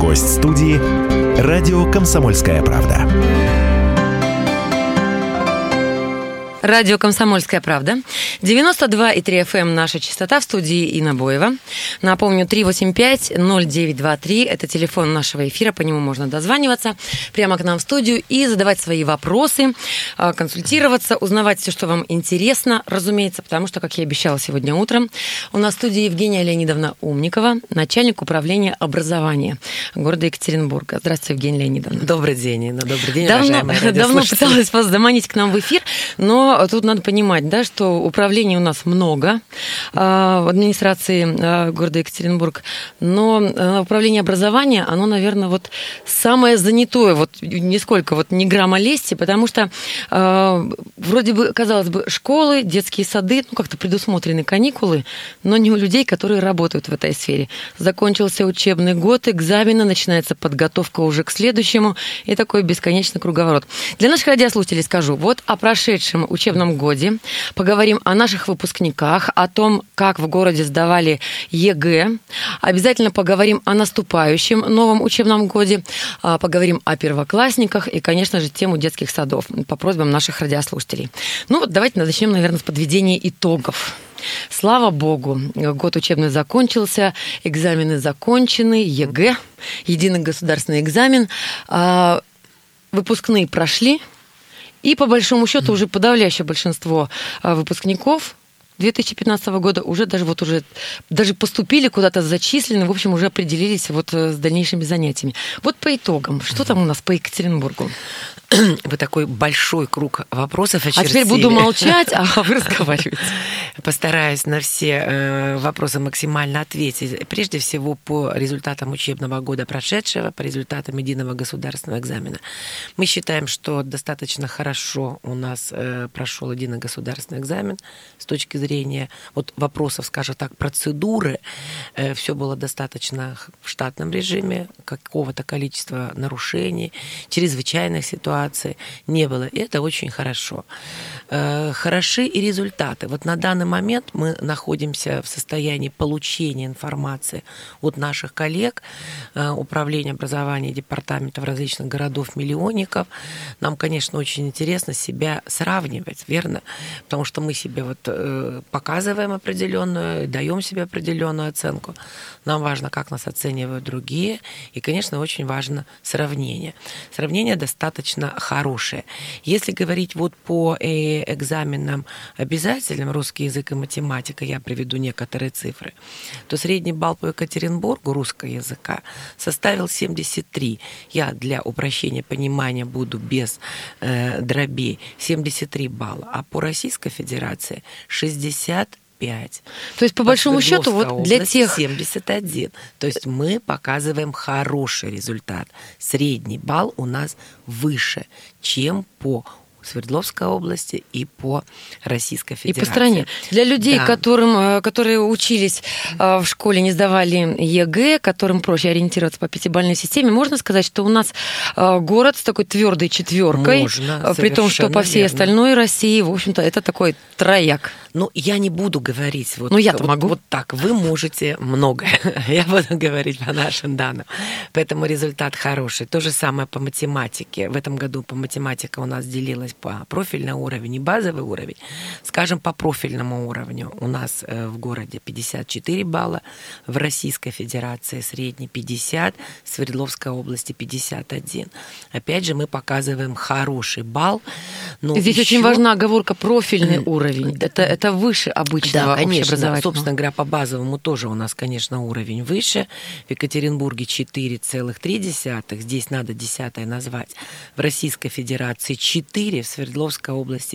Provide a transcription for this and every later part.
Гость студии – радио «Комсомольская правда». Радио «Комсомольская правда». 92,3 FM наша частота, в студии Инна Боева. Напомню, 385-0923 – это телефон нашего эфира, по нему можно дозваниваться прямо к нам в студию и задавать свои вопросы, консультироваться, узнавать все, что вам интересно, разумеется, потому что, как я обещала сегодня утром, у нас в студии Евгения Леонидовна Умникова, начальник управления образования города Екатеринбурга. Здравствуйте, Евгения Леонидовна. Добрый день, Инна, добрый день, уважаемые радиослушатели. Давно пыталась вас заманить к нам в эфир, но тут надо понимать, да, что управлений у нас много в администрации города Екатеринбург, но управление образования, оно, наверное, вот самое занятое, вот нисколько вот ни грамма лести, потому что вроде бы, казалось бы, школы, детские сады, ну, как-то предусмотрены каникулы, но не у людей, которые работают в этой сфере. Закончился учебный год, экзамены, начинается подготовка уже к следующему, и такой бесконечный круговорот. Для наших радиослушателей скажу, вот о прошедшем учебном годе, поговорим о наших выпускниках, о том, как в городе сдавали ЕГЭ, обязательно поговорим о наступающем новом учебном годе, поговорим о первоклассниках и, конечно же, тему детских садов по просьбам наших радиослушателей. Ну вот давайте начнем, наверное, с подведения итогов. Слава богу, год учебный закончился, экзамены закончены, ЕГЭ, единый государственный экзамен, выпускные прошли. И, по большому счету, уже подавляющее большинство выпускников 2015 года уже даже поступили куда-то, зачислены, в общем, уже определились вот с дальнейшими занятиями. Вот по итогам, что там у нас по Екатеринбургу? Вы такой большой круг вопросов очертили. А теперь буду молчать, а вы разговариваете. Постараюсь на все вопросы максимально ответить. Прежде всего, по результатам учебного года прошедшего, по результатам единого государственного экзамена. Мы считаем, что достаточно хорошо у нас прошел единый государственный экзамен с точки зрения вот вопросов, скажем так, процедуры. Все было достаточно в штатном режиме, какого-то количества нарушений, чрезвычайных ситуаций не было. И это очень хорошо. Хороши и результаты. Вот на данный момент мы находимся в состоянии получения информации от наших коллег, управления образования, департаментов различных городов-миллионников. Нам, конечно, очень интересно себя сравнивать, верно? Потому что мы себе вот показываем определенную, даем себе определенную оценку. Нам важно, как нас оценивают другие. И, конечно, очень важно сравнение. Сравнение достаточно хорошее. Если говорить вот по экзаменам обязательным, русский язык и математика, я приведу некоторые цифры, то средний балл по Екатеринбургу русского языка составил 73. Я для упрощения понимания буду без дробей. 73 балла. А по Российской Федерации 65. То есть, по большому счету, вот для тех... 71. То есть мы показываем хороший результат. Средний балл у нас выше, чем по Свердловской области и по Российской Федерации. И по стране. Для людей, да, которые учились в школе, не сдавали ЕГЭ, которым проще ориентироваться по пятибалльной системе, можно сказать, что у нас город с такой твердой четверкой, при том, что по всей остальной России, в общем-то, это такой трояк. Ну, я не буду говорить вот, я-то могу. Вот так. Вы можете многое. Я буду говорить по нашим данным. Поэтому результат хороший. То же самое по математике. В этом году по математике у нас делилась по профильный уровень и базовый уровень. Скажем, по профильному уровню у нас в городе 54 балла, в Российской Федерации средний 50, в Свердловской области 51. Опять же, мы показываем хороший балл. Здесь очень важна оговорка профильный уровень. Это выше обычного. Да, конечно. Общеобразовательного. Собственно говоря, по базовому тоже у нас, конечно, уровень выше. В Екатеринбурге 4,3. Здесь надо 10-е назвать. В Российской Федерации 4, в Свердловской области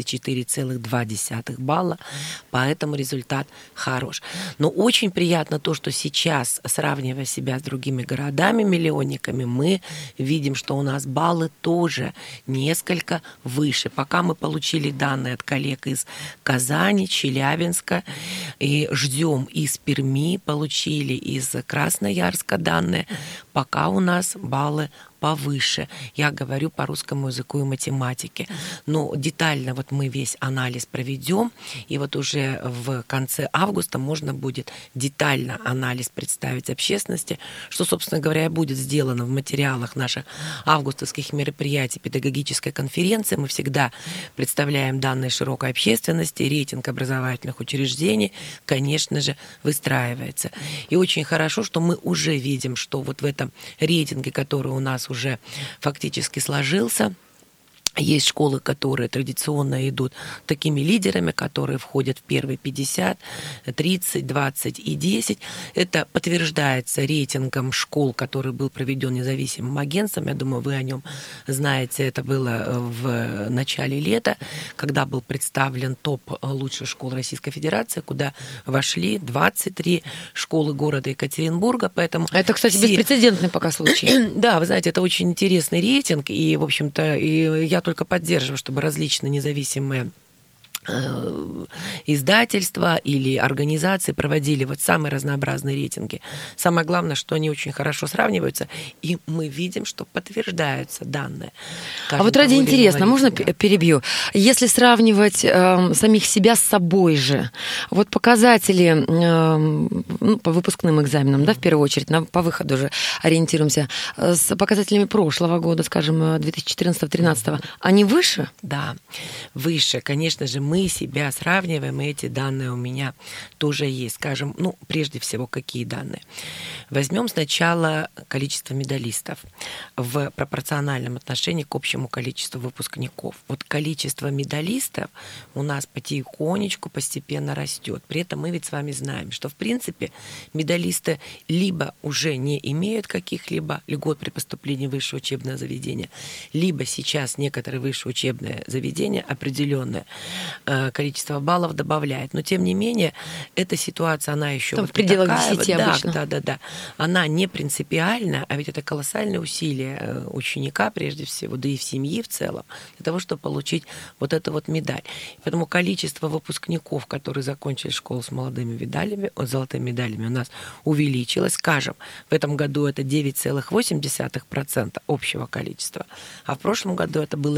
4,2 балла. Поэтому результат хорош. Но очень приятно то, что сейчас, сравнивая себя с другими городами-миллионниками, мы видим, что у нас баллы тоже несколько выше. Пока мы получили данные от коллег из Казани, Челябинска, и ждем из Перми, получили из Красноярска данные, пока у нас баллы повыше. Я говорю по русскому языку и математике. Но детально вот мы весь анализ проведем, и вот уже в конце августа можно будет детально анализ представить общественности, что, собственно говоря, будет сделано в материалах наших августовских мероприятий педагогической конференции. Мы всегда представляем данные широкой общественности, рейтинг образовательных учреждений, конечно же, выстраивается. И очень хорошо, что мы уже видим, что вот в этом рейтинге, который у нас уже фактически сложился, есть школы, которые традиционно идут такими лидерами, которые входят в первые 50, 30, 20 и 10. Это подтверждается рейтингом школ, который был проведен независимым агентством. Я думаю, вы о нем знаете. Это было в начале лета, когда был представлен топ лучших школ Российской Федерации, куда вошли 23 школы города Екатеринбурга. Поэтому это, кстати, беспрецедентный пока случай. Да, вы знаете, это очень интересный рейтинг, и, в общем-то, я только поддерживаю, чтобы различные независимые издательства или организации проводили вот самые разнообразные рейтинги. Самое главное, что они очень хорошо сравниваются, и мы видим, что подтверждаются данные. А вот ради интересно, можно перебью? Если сравнивать самих себя с собой же, вот показатели по выпускным экзаменам, да, в первую очередь, по выходу же ориентируемся, с показателями прошлого года, скажем, 2014-2013, они выше? Да, выше. Конечно же, мы себя сравниваем, и эти данные у меня тоже есть. Скажем, прежде всего, какие данные? Возьмем сначала количество медалистов в пропорциональном отношении к общему количеству выпускников. Вот количество медалистов у нас потихонечку постепенно растет. При этом мы ведь с вами знаем, что, в принципе, медалисты либо уже не имеют каких-либо льгот при поступлении в высшее учебное заведение, либо сейчас некоторые высшие учебные заведения определенное количество баллов добавляет. Но, тем не менее, эта ситуация, она еще там в пределах 10 обычно. Да. Она не принципиальна, а ведь это колоссальные усилия ученика, прежде всего, да и в семьи в целом, для того, чтобы получить вот эту вот медаль. Поэтому количество выпускников, которые закончили школу с молодыми медалями, золотыми медалями, у нас увеличилось. Скажем, в этом году это 9,8% общего количества, а в прошлом году это было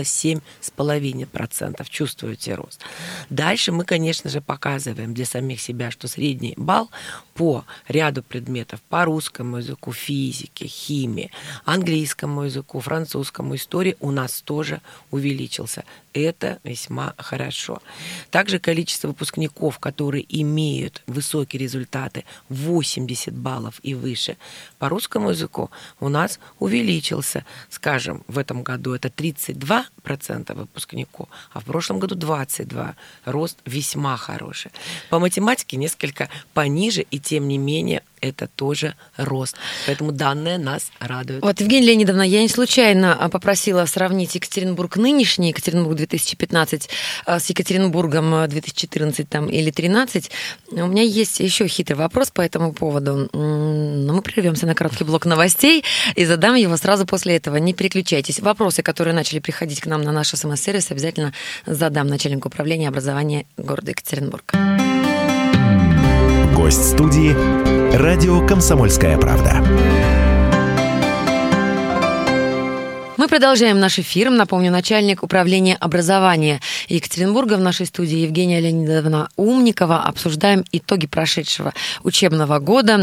7,5%. Чувствуете рост. Дальше мы, конечно же, показываем для самих себя, что средний балл по ряду предметов, по русскому языку, физике, химии, английскому языку, французскому, истории у нас тоже увеличился. Это весьма хорошо. Также количество выпускников, которые имеют высокие результаты, 80 баллов и выше, по русскому языку у нас увеличился. Скажем, в этом году это 32% выпускников, а в прошлом году 22%. Рост весьма хороший. По математике несколько пониже, и тем не менее это тоже рост. Поэтому данные нас радуют. Вот, Евгения Леонидовна, я не случайно попросила сравнить Екатеринбург нынешний, Екатеринбург 2015 с Екатеринбургом 2014 или 2013. У меня есть еще хитрый вопрос по этому поводу. Но мы прервемся на короткий блок новостей и задам его сразу после этого. Не переключайтесь. Вопросы, которые начали приходить к нам на наш СМС-сервис, обязательно задам начальнику управления образования города Екатеринбург. Гость студии «Радио Комсомольская правда». Мы продолжаем наш эфир. Напомню, начальник управления образования Екатеринбурга в нашей студии Евгения Леонидовна Умникова. Обсуждаем итоги прошедшего учебного года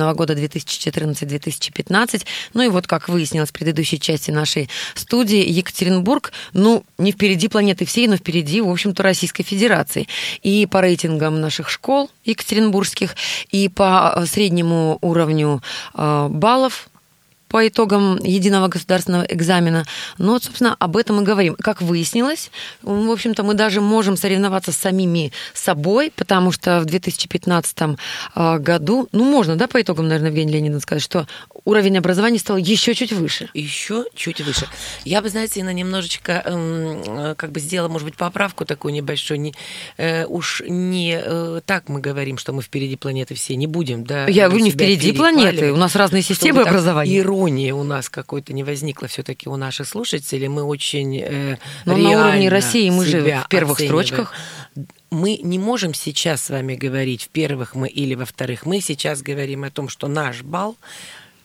2014-2015. Ну и вот, как выяснилось в предыдущей части нашей студии, Екатеринбург, не впереди планеты всей, но впереди, в общем-то, Российской Федерации. И по рейтингам наших школ екатеринбургских, и по среднему уровню баллов, по итогам единого государственного экзамена. Но, собственно, об этом мы говорим. Как выяснилось, в общем-то, мы даже можем соревноваться с самими собой, потому что в 2015 году, можно, да, по итогам, наверное, Евгения Леонидовна сказать, что уровень образования стал еще чуть выше. Еще чуть выше. Я бы, знаете, немножечко сделала, может быть, поправку такую небольшую. Уж не так мы говорим, что мы впереди планеты все. Не будем, да. Я говорю, не впереди планеты. У нас разные системы образования. Иронии у нас какой-то не возникло все-таки у наших слушателей. Мы очень но на уровне России мы же в первых строчках. Мы не можем сейчас с вами говорить, в первых мы или во вторых. Мы сейчас говорим о том, что наш балл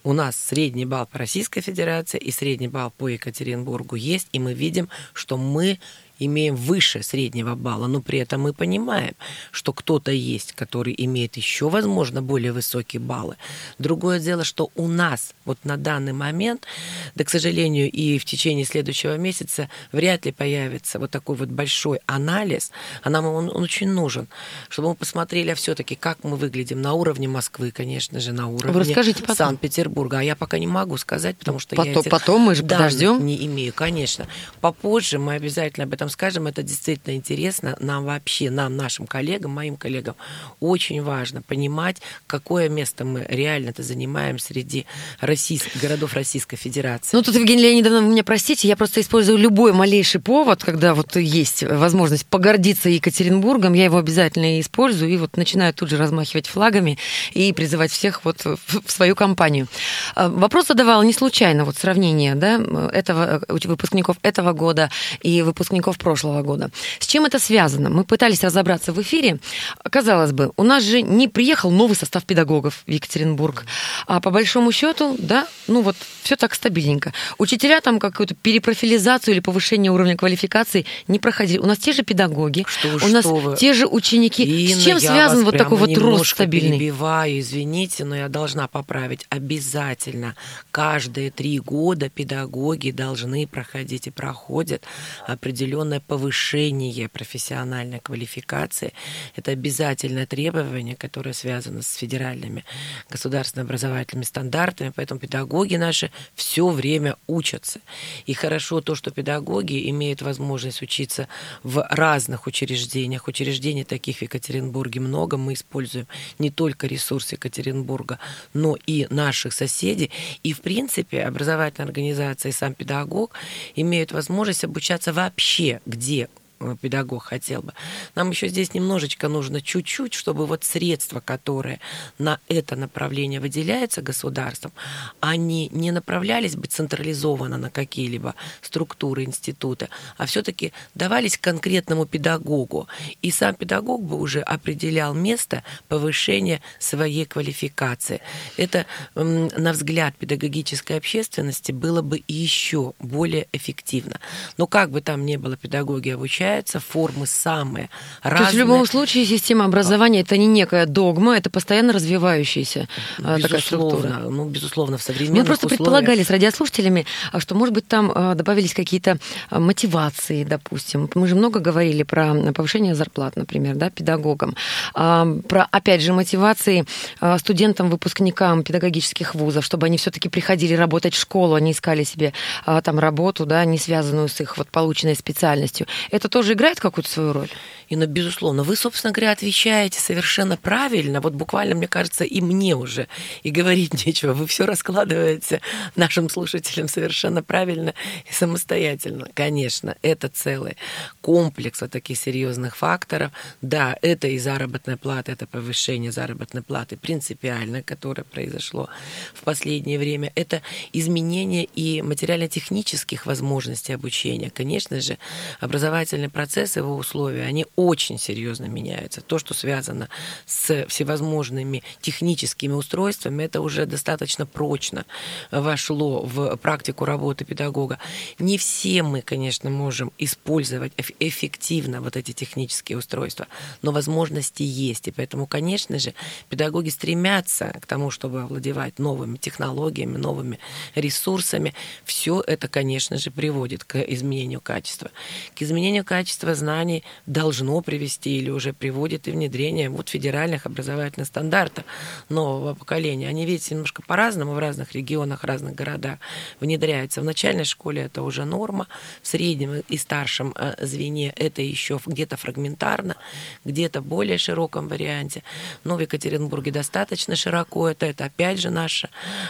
у нас средний балл по Российской Федерации и средний балл по Екатеринбургу есть, и мы видим, что мы имеем выше среднего балла, но при этом мы понимаем, что кто-то есть, который имеет еще, возможно, более высокие баллы. Другое дело, что у нас вот на данный момент, да, к сожалению, и в течение следующего месяца вряд ли появится вот такой вот большой анализ, а нам он очень нужен, чтобы мы посмотрели, а все-таки как мы выглядим на уровне Москвы, конечно же, на уровне Санкт-Петербурга. А я пока не могу сказать, потому что я этих потом мы же подождем. Не имею, конечно. Попозже мы обязательно об этом скажем, это действительно интересно. Нам вообще, нашим коллегам, моим коллегам, очень важно понимать, какое место мы реально-то занимаем среди городов Российской Федерации. Ну, тут, Евгения Леонидовна, вы меня простите, я просто использую любой малейший повод, когда вот есть возможность погордиться Екатеринбургом, я его обязательно использую, и вот начинаю тут же размахивать флагами и призывать всех вот в свою компанию. Вопрос задавала не случайно, вот сравнение, да, выпускников этого года и выпускников прошлого года. С чем это связано? Мы пытались разобраться в эфире. Казалось бы, у нас же не приехал новый состав педагогов в Екатеринбург, а по большому счету, да, ну вот все так стабильненько. Учителя там какую-то перепрофилизацию или повышение уровня квалификации не проходили. У нас те же педагоги, у нас те же ученики. Инна, с чем связан вот такой вот рост стабильный? Перебиваю, извините, но я должна поправить. Обязательно каждые 3 года педагоги должны проходить и проходят определенное повышение профессиональной квалификации. Это обязательное требование, которое связано с федеральными государственными образовательными стандартами, поэтому педагоги наши все время учатся. И хорошо то, что педагоги имеют возможность учиться в разных учреждениях. Учреждений таких в Екатеринбурге много. Мы используем не только ресурс Екатеринбурга, но и наших соседей. И, в принципе, образовательная организация и сам педагог имеют возможность обучаться вообще, где педагог хотел бы. Нам еще здесь немножечко нужно чуть-чуть, чтобы вот средства, которые на это направление выделяются государством, они не направлялись бы централизованно на какие-либо структуры, институты, а все-таки давались конкретному педагогу. И сам педагог бы уже определял место повышения своей квалификации. Это, на взгляд педагогической общественности, было бы еще более эффективно. Но как бы там ни было, педагоги обучаются, формы самые разные. То есть в любом случае система образования это не некая догма, это постоянно развивающаяся такая структура. Ну, безусловно, в современных Мы просто предполагали с радиослушателями, что, может быть, там добавились какие-то мотивации, допустим. Мы же много говорили про повышение зарплат, например, да, педагогам. Про, опять же, мотивации студентам, выпускникам педагогических вузов, чтобы они все-таки приходили работать в школу, они искали себе там работу, да, не связанную с их вот полученной специальностью. Это тоже играет какую-то свою роль? Инна, безусловно. Вы, собственно говоря, отвечаете совершенно правильно. Вот буквально, мне кажется, и мне уже и говорить нечего. Вы все раскладываете нашим слушателям совершенно правильно и самостоятельно. Конечно, это целый комплекс вот таких серьезных факторов. Да, это и заработная плата, это повышение заработной платы принципиальное, которое произошло в последнее время. Это изменение и материально-технических возможностей обучения. Конечно же, образовательный процесс, его условия, они очень серьезно меняются. То, что связано с всевозможными техническими устройствами, это уже достаточно прочно вошло в практику работы педагога. Не все мы, конечно, можем использовать эффективно вот эти технические устройства, но возможности есть. И поэтому, конечно же, педагоги стремятся к тому, чтобы овладевать новыми технологиями, новыми ресурсами. Все это, конечно же, приводит к изменению качества. К изменению качества знаний должно привести или уже приводит и внедрение вот федеральных образовательных стандартов нового поколения. Они, видите, немножко по-разному в разных регионах, в разных городах внедряются. В начальной школе это уже норма, в среднем и старшем звене это еще где-то фрагментарно, где-то в более широком варианте. Но в Екатеринбурге достаточно широко это опять же наша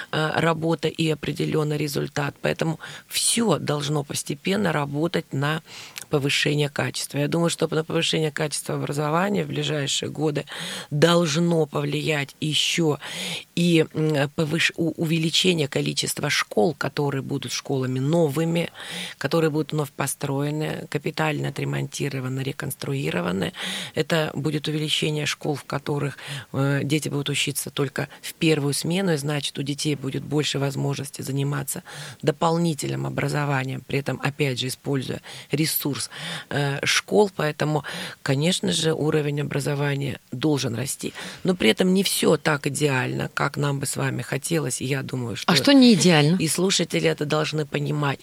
работа и определенный результат. Поэтому все должно постепенно работать на повышение качества. Я думаю, что на повышение качества образования в ближайшие годы должно повлиять еще и увеличение количества школ, которые будут школами новыми, которые будут вновь построены, капитально отремонтированы, реконструированы. Это будет увеличение школ, в которых дети будут учиться только в первую смену, и значит, у детей будет больше возможности заниматься дополнительным образованием, при этом, опять же, используя ресурс школ. Поэтому, конечно же, уровень образования должен расти. Но при этом не все так идеально, как нам бы с вами хотелось. И я думаю, что... А что не идеально? И слушатели это должны понимать.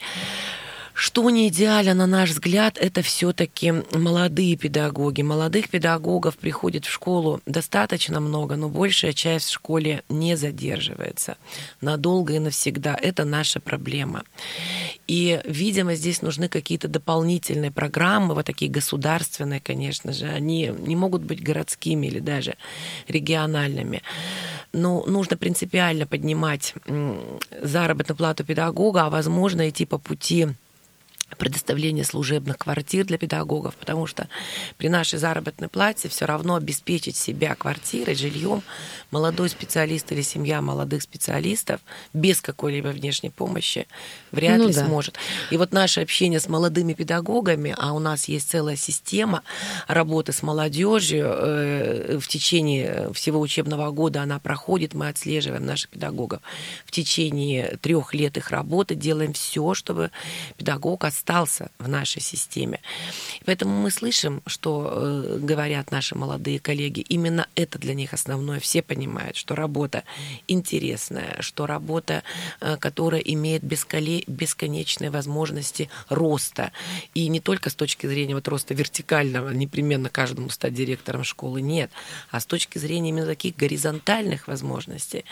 Что не идеально, на наш взгляд, это все-таки молодые педагоги. Молодых педагогов приходит в школу достаточно много, но большая часть в школе не задерживается надолго и навсегда. Это наша проблема. И, видимо, здесь нужны какие-то дополнительные программы, вот такие государственные, конечно же. Они не могут быть городскими или даже региональными. Но нужно принципиально поднимать заработную плату педагога, а возможно идти по пути предоставления служебных квартир для педагогов, потому что при нашей заработной плате все равно обеспечить себя квартирой, жильем молодой специалист или семья молодых специалистов без какой-либо внешней помощи вряд ли сможет. И вот наше общение с молодыми педагогами, а у нас есть целая система работы с молодежью, в течение всего учебного года она проходит, мы отслеживаем наших педагогов в течение 3 лет их работы, делаем все, чтобы педагог остался в нашей системе. Поэтому мы слышим, что говорят наши молодые коллеги. Именно это для них основное. Все понимают, что работа интересная, что работа, которая имеет бесконечные возможности роста. И не только с точки зрения вот роста вертикального, непременно каждому стать директором школы, нет, а с точки зрения именно таких горизонтальных возможностей.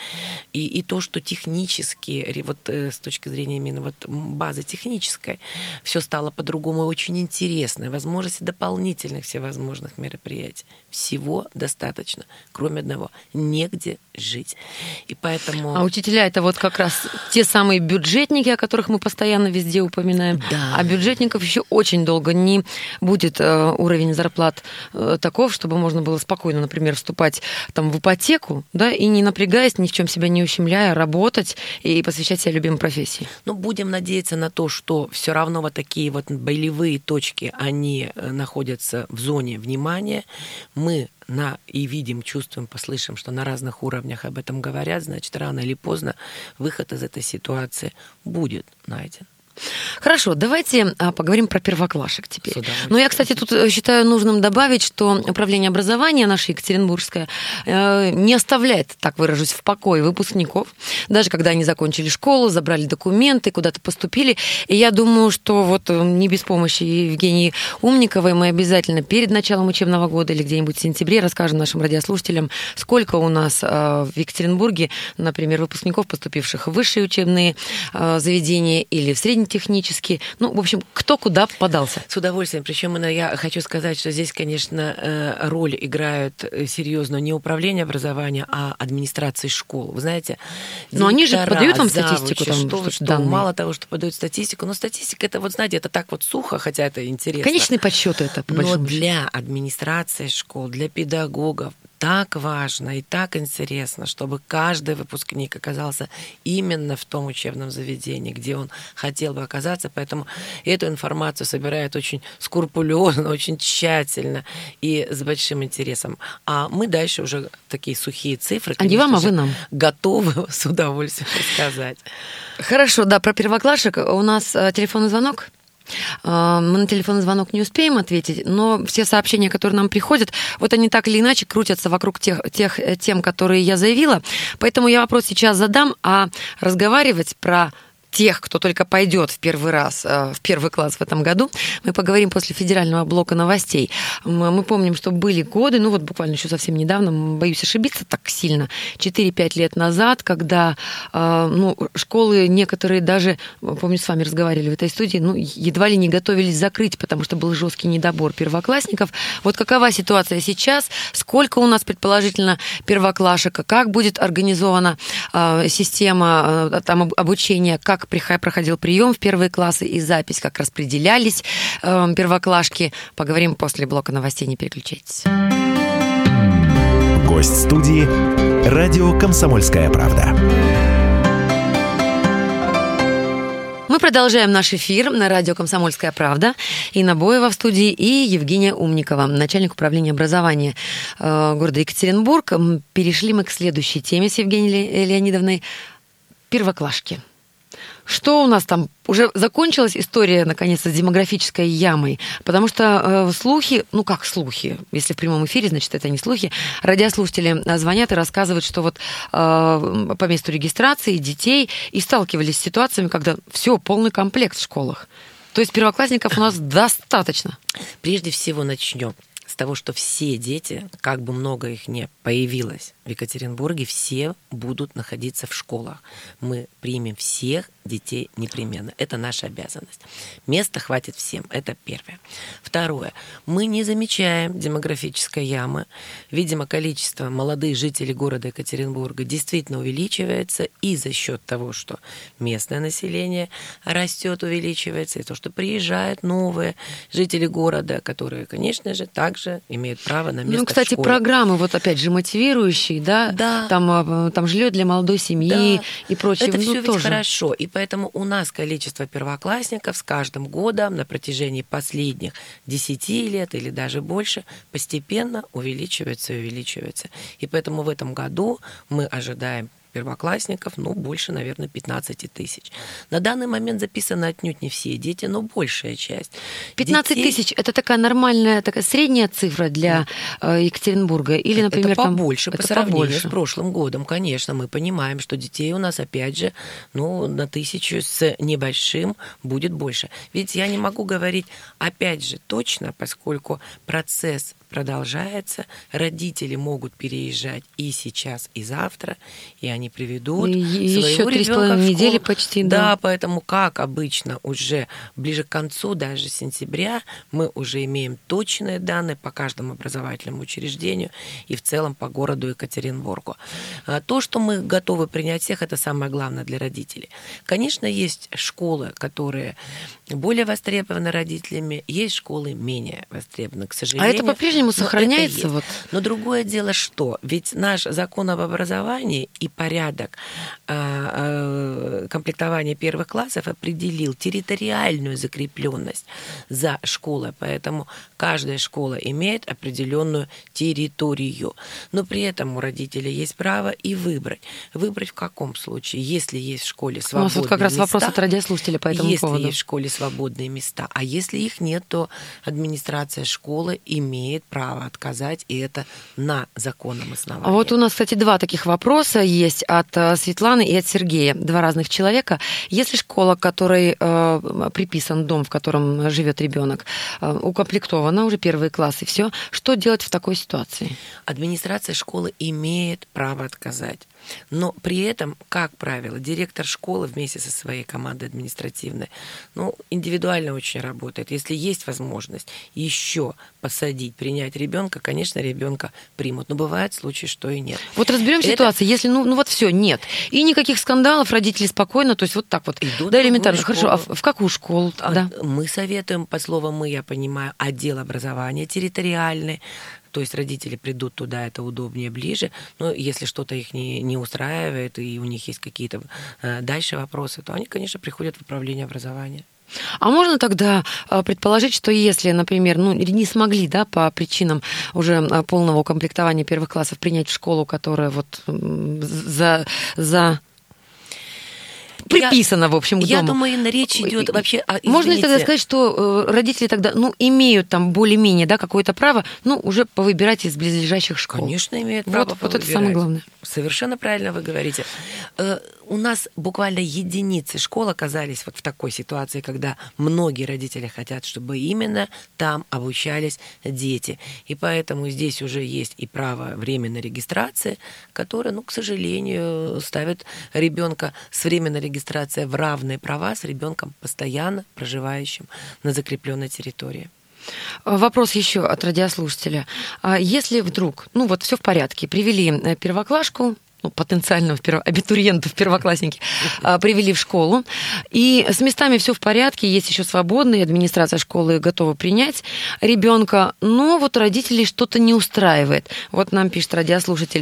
И то, что технически, вот с точки зрения именно вот базы технической, все стало по-другому и очень интересно. Возможности дополнительных всевозможных мероприятий. Всего достаточно, кроме одного. Негде жить. И поэтому... А учителя — это вот как раз те самые бюджетники, о которых мы постоянно везде упоминаем. Да. А бюджетников еще очень долго не будет уровень зарплат таков, чтобы можно было спокойно, например, вступать там в ипотеку, да, и не напрягаясь, ни в чем себя не ущемляя, работать и посвящать себя любимой профессии. Ну, будем надеяться на то, что все равно вот такие вот болевые точки, они находятся в зоне внимания. Мы и видим, чувствуем, послышим, что на разных уровнях об этом говорят, значит, рано или поздно выход из этой ситуации будет найден. Хорошо, давайте поговорим про первоклашек теперь. Но я, кстати, тут считаю нужным добавить, что управление образования наше екатеринбургское не оставляет, так выражусь, в покое выпускников, даже когда они закончили школу, забрали документы, куда-то поступили. И я думаю, что вот не без помощи Евгении Умниковой мы обязательно перед началом учебного года или где-нибудь в сентябре расскажем нашим радиослушателям, сколько у нас в Екатеринбурге, например, выпускников, поступивших в высшие учебные заведения или в среднетехнические. Ну, в общем, кто куда подался. С удовольствием. Причем я хочу сказать, что здесь, конечно, роль играют серьезную не управление образования, а администрации школ. Вы знаете, но они же подают вам статистику. Что мало того, что подают статистику, но статистика, это вот, знаете, это так вот сухо, хотя это интересно. Конечные подсчеты это, по большому счету. Но для администрации школ, для педагогов так важно и так интересно, чтобы каждый выпускник оказался именно в том учебном заведении, где он хотел бы оказаться. Поэтому эту информацию собирают очень скрупулезно, очень тщательно и с большим интересом. А мы дальше уже такие сухие цифры, а не вам, а вы нам, готовы с удовольствием рассказать. Хорошо, да, про первоклашек. У нас телефонный звонок. Мы на телефонный звонок не успеем ответить, но все сообщения, которые нам приходят, вот они так или иначе крутятся вокруг тех тем, которые я заявила. Поэтому я вопрос сейчас задам, а разговаривать про тех, кто только пойдет в первый раз, в первый класс в этом году, мы поговорим после федерального блока новостей. Мы помним, что были годы, ну вот буквально еще совсем недавно, боюсь ошибиться так сильно, 4-5 лет назад, когда школы некоторые даже, помню, с вами разговаривали в этой студии, едва ли не готовились закрыть, потому что был жесткий недобор первоклассников. Вот какова ситуация сейчас? Сколько у нас, предположительно, первоклашек? Как будет организована система обучения? Как как проходил прием в первые классы и запись, как распределялись первоклашки. Поговорим после блока новостей, не переключайтесь. Гость студии «Радио Комсомольская правда». Мы продолжаем наш эфир на радио «Комсомольская правда». Инна Боева в студии и Евгения Умникова, начальник управления образования города Екатеринбург. Перешли мы к следующей теме с Евгенией Леонидовной. Первоклашки. Что у нас там? Уже закончилась история, наконец-то, с демографической ямой? Потому что слухи, ну как слухи, если в прямом эфире, значит, это не слухи, радиослушатели звонят и рассказывают, что вот по месту регистрации детей и сталкивались с ситуациями, когда все, полный комплект в школах. То есть первоклассников у нас достаточно. Прежде всего начнем с того, что все дети, как бы много их ни появилось в Екатеринбурге, все будут находиться в школах. Мы примем всех детей непременно. Это наша обязанность. Места хватит всем. Это первое. Второе. Мы не замечаем демографической ямы. Видимо, количество молодых жителей города Екатеринбурга действительно увеличивается и за счет того, что местное население растет, увеличивается, и то, что приезжают новые жители города, которые, конечно же, также имеют право на место в кстати, школе. Программы, вот опять же, мотивирующие, да? Да. Там жилье для молодой семьи, да, и прочее. Это все ведь тоже хорошо. И поэтому у нас количество первоклассников с каждым годом на протяжении последних 10 лет или даже больше постепенно увеличивается и увеличивается. И поэтому в этом году мы ожидаем первоклассников, больше, наверное, 15 тысяч. На данный момент записаны отнюдь не все дети, но большая часть. 15 тысяч – это такая нормальная, такая средняя цифра для Екатеринбурга? Или, например, это побольше, там, по сравнению с прошлым годом, конечно. Мы понимаем, что детей у нас, опять же, на 1000 с небольшим будет больше. Ведь я не могу говорить, опять же, точно, поскольку процесс продолжается, родители могут переезжать и сейчас, и завтра, и они приведут своего ребенка в школу. Недели почти, да. Поэтому, как обычно, уже ближе к концу, даже сентября, мы уже имеем точные данные по каждому образовательному учреждению и в целом по городу Екатеринбургу. То, что мы готовы принять всех, это самое главное для родителей. Конечно, есть школы, которые более востребованы родителями, есть школы менее востребованы, к сожалению. А это по-прежнему сохраняется? Вот. Но другое дело, что ведь наш закон об образовании и порядок комплектования первых классов определил территориальную закрепленность за школой, поэтому каждая школа имеет определенную территорию. Но при этом у родителей есть право и выбрать. Выбрать в каком случае? Если есть в школе свободные места. У нас вот как раз вопрос от радиослушателя по этому поводу. Если есть в школе свободные места, а если их нет, то администрация школы имеет право отказать, и это на законном основании. А вот у нас, кстати, два таких вопроса есть от Светланы и от Сергея. Два разных человека. Если школа, к которой приписан дом, в котором живет ребенок, укомплектована уже первые классы, все, что делать в такой ситуации? Администрация школы имеет право отказать. Но при этом, как правило, директор школы вместе со своей командой административной, индивидуально очень работает. Если есть возможность еще посадить, принять ребенка, конечно, ребенка примут. Но бывают случаи, что и нет. Вот разберем ситуацию. Если, все, нет. И никаких скандалов, родители спокойно, то есть вот так вот. Идут да, элементарно. Хорошо, а в какую школу? Да? Мы советуем, под словом «мы», я понимаю, отдел образования территориальный. То есть родители придут туда, это удобнее, ближе. Но если что-то их не устраивает, и у них есть какие-то дальше вопросы, то они, конечно, приходят в управление образования. А можно тогда предположить, что если, например, не смогли, да, по причинам уже полного укомплектования первых классов принять в школу, которая вот приписано, в общем, к дому. Я думаю, речь идет вообще о... Можно ли тогда сказать, что родители тогда, имеют там более-менее, да, какое-то право, уже повыбирать из близлежащих школ? Конечно, имеют право Вот это самое главное. Совершенно правильно вы говорите. У нас буквально единицы школ оказались вот в такой ситуации, когда многие родители хотят, чтобы именно там обучались дети. И поэтому здесь уже есть и право временной регистрации, которое, к сожалению, ставит ребенка с временной регистрацией в равные права с ребенком, постоянно проживающим на закрепленной территории. Вопрос еще от радиослушателя. Если вдруг, все в порядке, привели первоклашку, потенциального абитуриентов, первоклассники, привели в школу. И с местами все в порядке, есть еще свободные, администрация школы готова принять ребенка, но вот родителей что-то не устраивает. Вот нам пишет радиослушатель,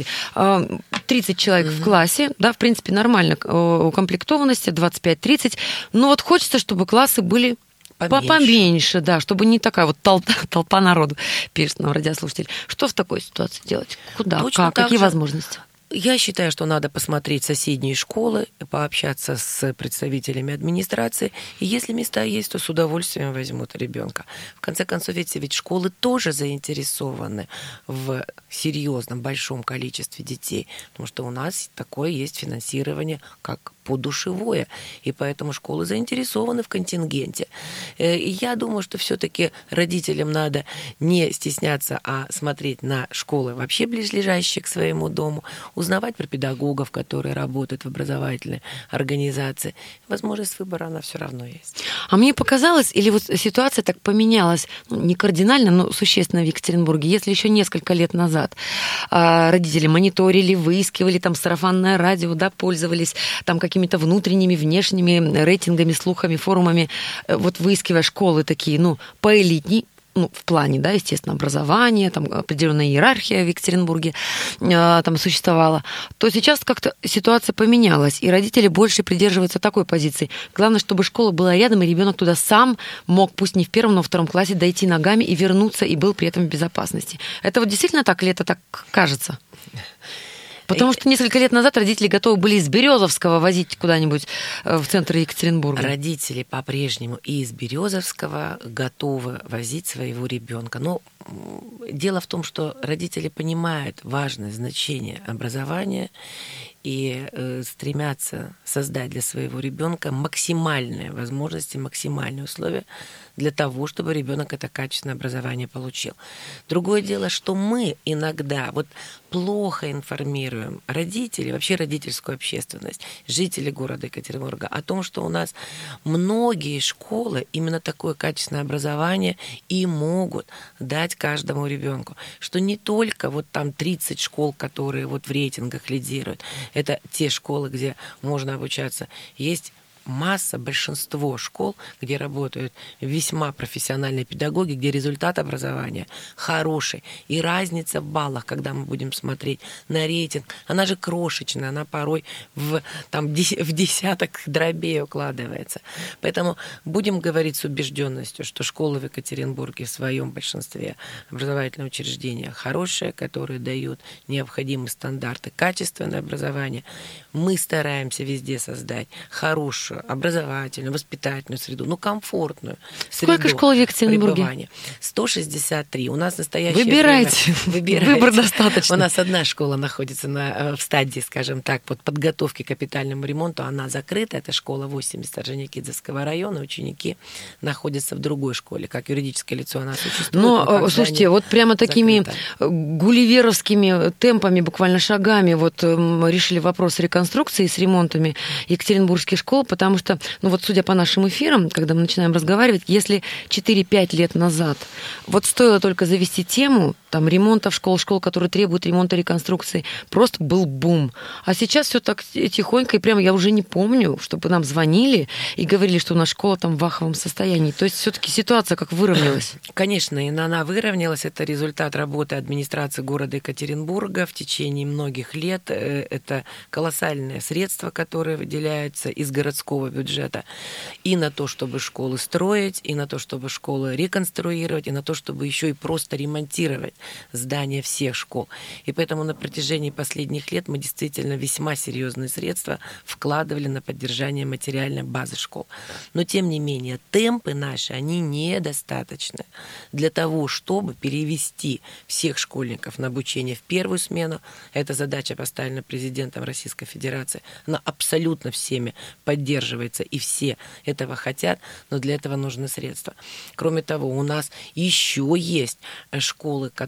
30 человек в классе, да, в принципе, нормально укомплектованности, 25-30, но вот хочется, чтобы классы были поменьше, да, чтобы не такая вот толпа народу, пишет нам радиослушатель. Что в такой ситуации делать? Куда? Какие возможности? Я считаю, что надо посмотреть соседние школы, пообщаться с представителями администрации. И если места есть, то с удовольствием возьмут ребенка. В конце концов, ведь школы тоже заинтересованы в серьезном, большом количестве детей. Потому что у нас такое есть финансирование, как подушевое. И поэтому школы заинтересованы в контингенте. И я думаю, что все-таки родителям надо не стесняться, а смотреть на школы вообще близлежащие к своему дому, узнавать про педагогов, которые работают в образовательной организации. Возможность выбора, она все равно есть. А мне показалось, или вот ситуация так поменялась, не кардинально, но существенно в Екатеринбурге. Если еще несколько лет назад родители мониторили, выискивали, там сарафанное радио, да, пользовались там какими-то внутренними, внешними рейтингами, слухами, форумами, вот выискивая школы такие, поэлитней, в плане, да, естественно, образования, там определенная иерархия в Екатеринбурге там существовала, то сейчас как-то ситуация поменялась, и родители больше придерживаются такой позиции. Главное, чтобы школа была рядом, и ребенок туда сам мог, пусть не в первом, но во втором классе, дойти ногами и вернуться, и был при этом в безопасности. Это вот действительно так или это так кажется? Потому что несколько лет назад родители готовы были из Березовского возить куда-нибудь в центр Екатеринбурга. Родители по-прежнему и из Березовского готовы возить своего ребенка. Но дело в том, что родители понимают важное значение образования и стремятся создать для своего ребенка максимальные возможности, максимальные условия для того, чтобы ребенок это качественное образование получил. Другое дело, что мы иногда плохо информируем родителей, вообще родительскую общественность, жителей города Екатеринбурга о том, что у нас многие школы именно такое качественное образование и могут дать каждому ребенку. Что не только там 30 школ, которые в рейтингах лидируют, это те школы, где можно обучаться. Есть большинство школ, где работают весьма профессиональные педагоги, где результат образования хороший. И разница в баллах, когда мы будем смотреть на рейтинг, она же крошечная, она порой в десяток дробей укладывается. Поэтому будем говорить с убежденностью, что школы в Екатеринбурге в своем большинстве образовательные учреждения хорошие, которые дают необходимые стандарты, качественное образование. Мы стараемся везде создать хорошую образовательную, воспитательную среду, комфортную среду. Сколько школ в Екатеринбурге? Пребывания. 163. У нас в настоящее Выбирайте. Выбор достаточно. У нас одна школа находится в стадии, скажем так, подготовки к капитальному ремонту. Она закрыта. Это школа 80 Орджоникидзевского района. Ученики находятся в другой школе. Как юридическое лицо она существует. Но слушайте, прямо такими гулливеровскими темпами, буквально шагами, решили вопрос реконструкции с ремонтами екатеринбургских школ, потому что, судя по нашим эфирам, когда мы начинаем разговаривать, если 4-5 лет назад стоило только завести тему ремонтов школ, которые требуют ремонта, реконструкции, просто был бум. А сейчас все так тихонько, и прямо я уже не помню, чтобы нам звонили и говорили, что у нас школа в аховом состоянии. То есть все-таки ситуация как выровнялась. Конечно, и она выровнялась. Это результат работы администрации города Екатеринбурга в течение многих лет. Это колоссальные средства, которые выделяются из городского бюджета и на то, чтобы школы строить, и на то, чтобы школы реконструировать, и на то, чтобы еще и просто ремонтировать здания всех школ. И поэтому на протяжении последних лет мы действительно весьма серьезные средства вкладывали на поддержание материальной базы школ. Но, тем не менее, темпы наши, они недостаточны для того, чтобы перевести всех школьников на обучение в первую смену. Эта задача поставлена президентом Российской Федерации. Она абсолютно всеми поддерживается, и все этого хотят, но для этого нужны средства. Кроме того, у нас еще есть школы,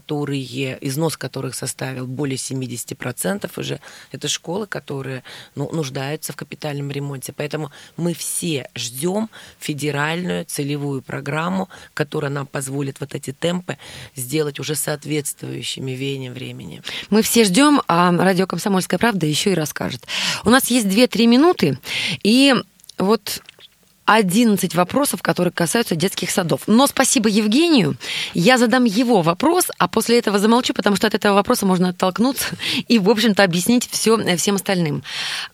износ которых составил более 70% уже, это школы, которые нуждаются в капитальном ремонте. Поэтому мы все ждем федеральную целевую программу, которая нам позволит вот эти темпы сделать уже соответствующими веяниям времени. Мы все ждем, а радио «Комсомольская правда» еще и расскажет. У нас есть 2-3 минуты, и вот 11 вопросов, которые касаются детских садов. Но спасибо Евгению. Я задам его вопрос, а после этого замолчу, потому что от этого вопроса можно оттолкнуться и, в общем-то, объяснить все всем остальным.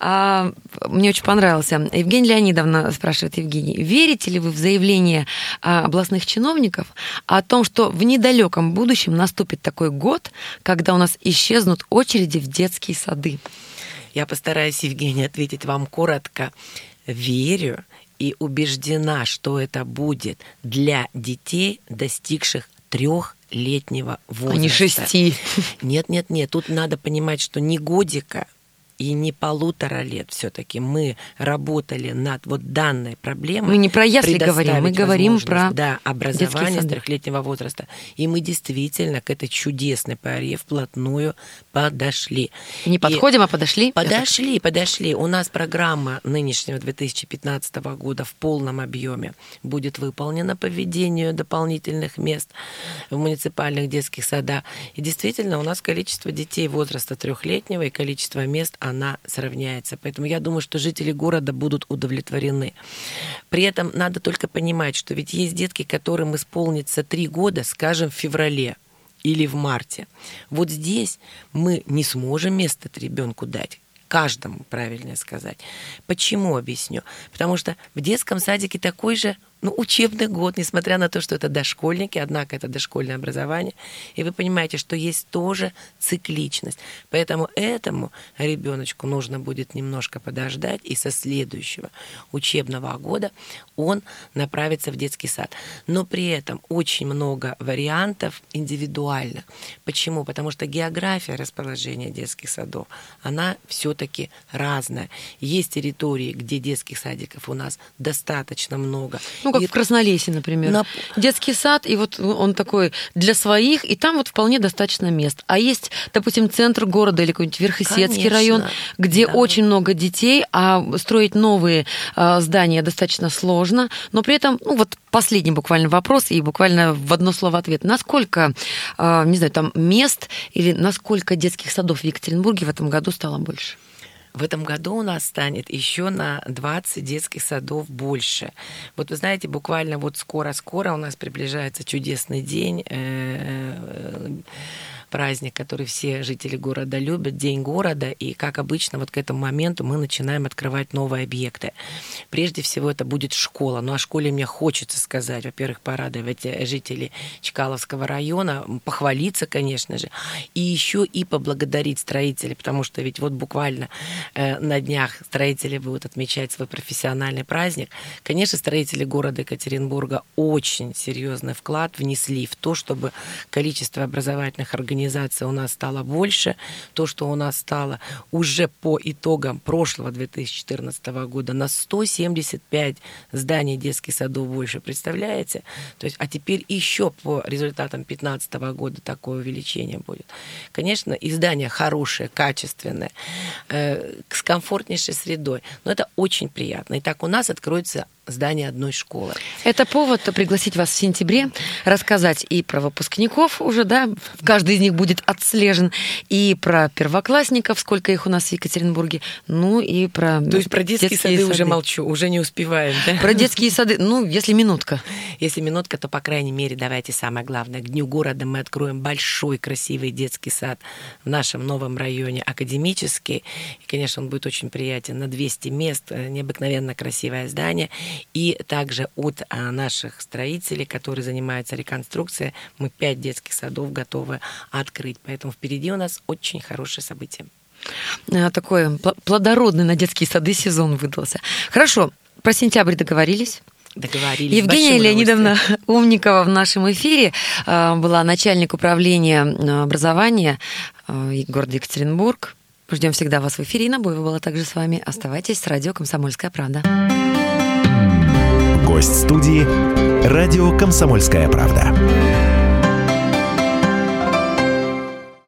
Мне очень понравился. Евгения Леонидовна спрашивает, Евгений, верите ли вы в заявление областных чиновников о том, что в недалеком будущем наступит такой год, когда у нас исчезнут очереди в детские сады? Я постараюсь, Евгения, ответить вам коротко. Верю и убеждена, что это будет для детей, достигших 3-летнего возраста. А не 6. Нет. Тут надо понимать, что не годика и не 1,5 лет все-таки мы работали над вот данной проблемой. Мы не про ясли говорим, мы говорим про образование с 3-летнего возраста. И мы действительно к этой чудесной поре вплотную подошли. Не подходим, а подошли? Подошли. У нас программа нынешнего 2015 года в полном объеме будет выполнена по введению дополнительных мест в муниципальных детских садах. И действительно, у нас количество детей возраста 3-летнего и количество мест она сравняется. Поэтому я думаю, что жители города будут удовлетворены. При этом надо только понимать, что ведь есть детки, которым исполнится 3 года, скажем, в феврале или в марте. Вот здесь мы не сможем место ребенку дать. Каждому, правильно сказать. Почему, объясню? Потому что в детском садике такой же учебный год, несмотря на то, что это дошкольники, однако это дошкольное образование. И вы понимаете, что есть тоже цикличность. Поэтому этому ребеночку нужно будет немножко подождать, и со следующего учебного года он направится в детский сад. Но при этом очень много вариантов индивидуальных. Почему? Потому что география расположения детских садов, она все-таки разная. Есть территории, где детских садиков у нас достаточно много. Как в Краснолесье, например. Детский сад, и вот он такой для своих, и там вот вполне достаточно мест. А есть, допустим, центр города или какой-нибудь Верхесецкий район, где очень много детей, а строить новые здания достаточно сложно. Но при этом, последний буквально вопрос и буквально в одно слово ответ. Насколько, не знаю, там мест или насколько детских садов в Екатеринбурге в этом году стало больше? В этом году у нас станет еще на 20 детских садов больше. Вот вы знаете, буквально скоро-скоро у нас приближается чудесный день, праздник, который все жители города любят, День города, и, как обычно, к этому моменту мы начинаем открывать новые объекты. Прежде всего, это будет школа. О школе мне хочется сказать, во-первых, порадовать жителей Чкаловского района, похвалиться, конечно же, и еще и поблагодарить строителей, потому что ведь буквально на днях строители будут отмечать свой профессиональный праздник. Конечно, строители города Екатеринбурга очень серьезный вклад внесли в то, чтобы количество образовательных организаций у нас стало больше. То, что у нас стало уже по итогам прошлого 2014 года на 175 зданий детских садов больше, представляете? То есть, а теперь еще по результатам 2015 года такое увеличение будет. Конечно, и здания хорошие, качественные, с комфортнейшей средой. Но это очень приятно. Итак, у нас откроется здание одной школы. Это повод пригласить вас в сентябре, рассказать и про выпускников уже, каждый из них будет отслежен, и про первоклассников, сколько их у нас в Екатеринбурге, и про... То есть про детские сады уже молчу, уже не успеваем, да? Про детские сады, если минутка. Если минутка, то, по крайней мере, давайте самое главное. К Дню города мы откроем большой, красивый детский сад в нашем новом районе, Академический. И, конечно, он будет очень приятен, на 200 мест, необыкновенно красивое здание. И также от наших строителей, которые занимаются реконструкцией, мы 5 детских садов готовы открыть. Поэтому впереди у нас очень хорошее событие. Такой плодородный на детские сады сезон выдался. Хорошо, про сентябрь договорились? Договорились. Евгения Леонидовна Умникова в нашем эфире была начальник управления образования города Екатеринбург. Ждем всегда вас в эфире. И Набоева была также с вами. Оставайтесь с радио «Комсомольская правда». Гость студии «Радио Комсомольская правда».